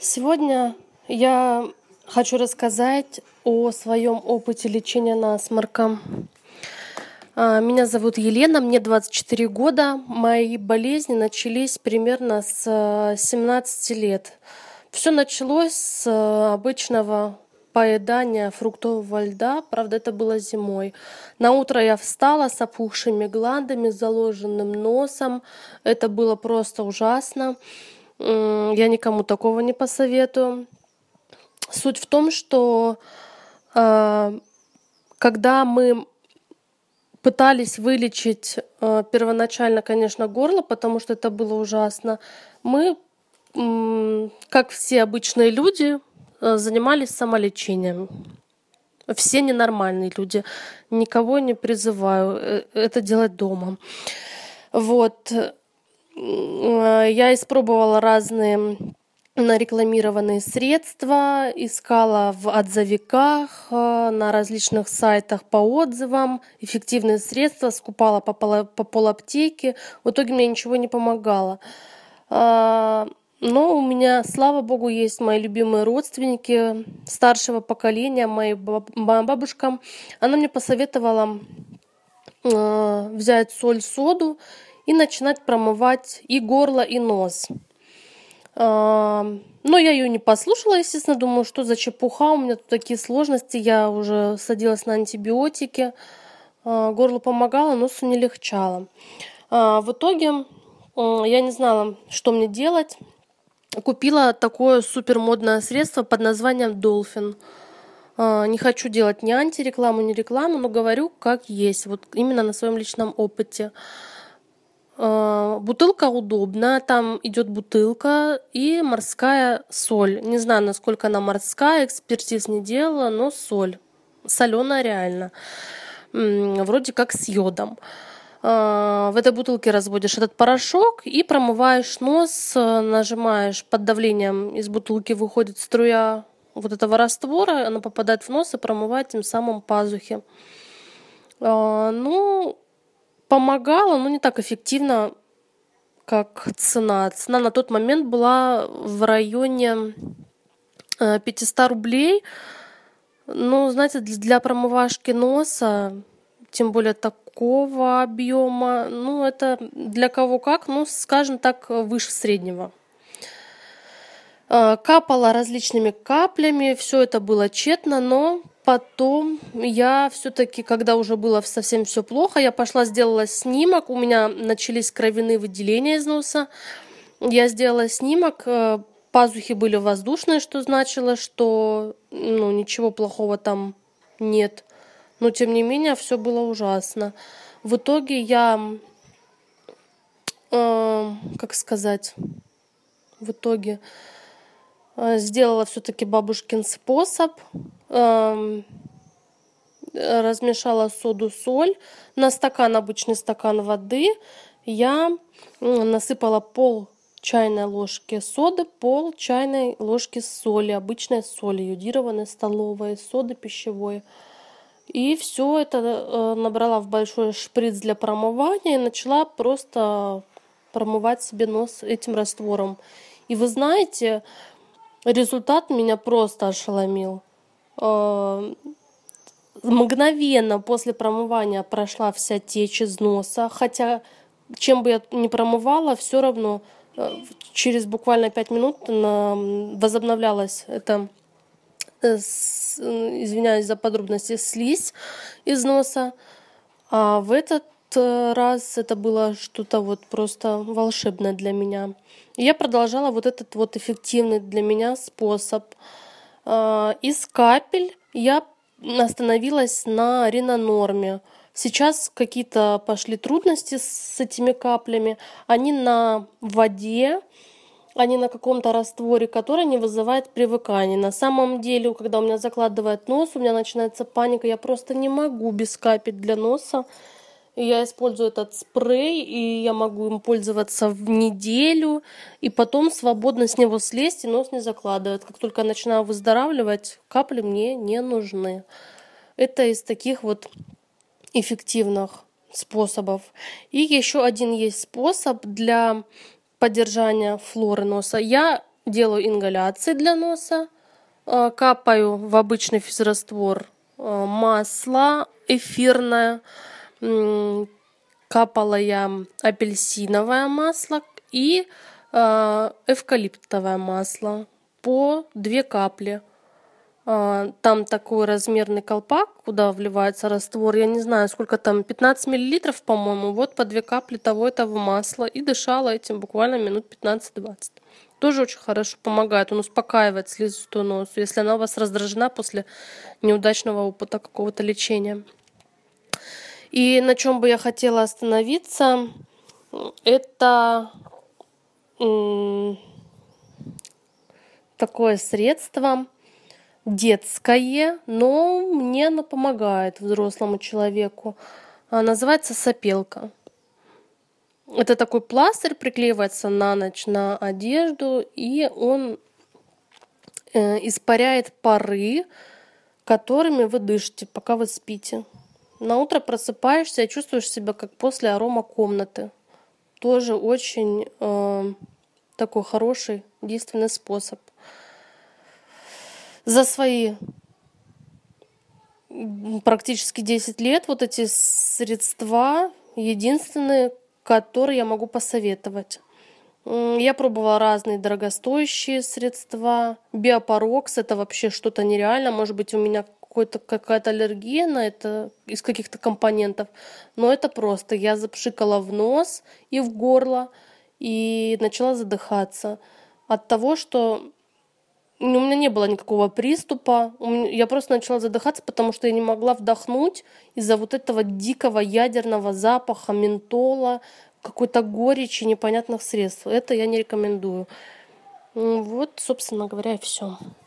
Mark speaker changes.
Speaker 1: Сегодня я хочу рассказать о своем опыте лечения насморка. Меня зовут Елена, мне 24 года. Мои болезни начались примерно с 17 лет. Все началось с обычного поедания фруктового льда, правда, это было зимой. На утро я встала с опухшими гландами, с заложенным носом. Это было просто ужасно. Я никому такого не посоветую. Суть в том, что когда мы пытались вылечить первоначально, конечно, горло, потому что это было ужасно, мы, как все обычные люди, занимались самолечением. Все ненормальные люди. Никого не призываю это делать дома. Вот. Я испробовала разные нарекламированные средства, искала в отзывиках, на различных сайтах по отзывам эффективные средства, скупала по полаптеке. В итоге мне ничего не помогало. Но у меня, слава богу, есть мои любимые родственники старшего поколения, моя бабушка. Она мне посоветовала взять соль, соду и начинать промывать и горло, и нос. Но я ее не послушала, естественно, думаю, что за чепуха, у меня тут такие сложности, я уже садилась на антибиотики, горло помогало, носу не легчало. В итоге я не знала, что мне делать. Купила такое супер модное средство под названием Dolphin. Не хочу делать ни антирекламу, ни рекламу, но говорю как есть, вот именно на своем личном опыте. Бутылка удобная, там идет бутылка и морская соль. Не знаю, насколько она морская, экспертиз не делала, но соль. Соленая реально. Вроде как с йодом. В этой бутылке разводишь этот порошок и промываешь нос, нажимаешь под давлением, из бутылки выходит струя вот этого раствора, она попадает в нос и промывает тем самым пазухи. Помогало, но не так эффективно, как цена. Цена на тот момент была в районе 500 рублей. Ну, знаете, для промывашки носа, тем более такого объема, это для кого как, скажем так, выше среднего. Капала различными каплями, все это было тщетно, но потом я все-таки, когда уже было совсем все плохо, я пошла, сделала снимок, у меня начались кровяные выделения из носа. Я сделала снимок, пазухи были воздушные, что значило, что ничего плохого там нет. Но тем не менее, все было ужасно. В итоге я, сделала все-таки бабушкин способ. Размешала соду, соль. На стакан, обычный стакан воды, я насыпала пол чайной ложки соды, пол чайной ложки соли, обычной соли, йодированной столовой, соды пищевой. И все это набрала в большой шприц для промывания и начала просто промывать себе нос этим раствором. И вы знаете, результат меня просто ошеломил. Мгновенно после промывания прошла вся течь из носа, хотя чем бы я ни промывала, все равно через буквально 5 минут возобновлялась эта, извиняюсь за подробности, слизь из носа. А в этот раз это было что-то вот просто волшебное для меня. И я продолжала вот этот вот эффективный для меня способ. Из капель я остановилась на ринонорме. Сейчас какие-то пошли трудности с этими каплями. Они на воде, они на каком-то растворе, который не вызывает привыкания. На самом деле, когда у меня закладывает нос, у меня начинается паника. Я просто не могу без капель для носа. И я использую этот спрей, и я могу им пользоваться в неделю, и потом свободно с него слезть, и нос не закладывает. Как только я начинаю выздоравливать, капли мне не нужны. Это из таких вот эффективных способов. И еще один есть способ для поддержания флоры носа. Я делаю ингаляции для носа, капаю в обычный физраствор масло эфирное, капала я апельсиновое масло и эвкалиптовое масло по 2 капли. Там такой размерный колпак, куда вливается раствор. Я не знаю, сколько там, 15 миллилитров, по-моему. Вот по 2 капли того масла. И дышала этим буквально минут 15-20. Тоже очень хорошо помогает. Он успокаивает слизистую носу, если она у вас раздражена после неудачного опыта какого-то лечения. И на чем бы я хотела остановиться, это такое средство детское, но мне оно помогает взрослому человеку. Называется сопелка. Это такой пластырь, приклеивается на ночь на одежду, и он испаряет пары, которыми вы дышите, пока вы спите. На утро просыпаешься и чувствуешь себя как после арома комнаты. Тоже очень такой хороший, действенный способ. За свои практически 10 лет вот эти средства единственные, которые я могу посоветовать. Я пробовала разные дорогостоящие средства. Биопарокс — это вообще что-то нереальное. Может быть, у меня какая-то аллергия на это из каких-то компонентов. Но это просто. Я запшикала в нос и в горло и начала задыхаться от того, что у меня не было никакого приступа. Я просто начала задыхаться, потому что я не могла вдохнуть из-за вот этого дикого ядерного запаха ментола, какой-то горечи, непонятных средств. Это я не рекомендую. Вот, собственно говоря, и все.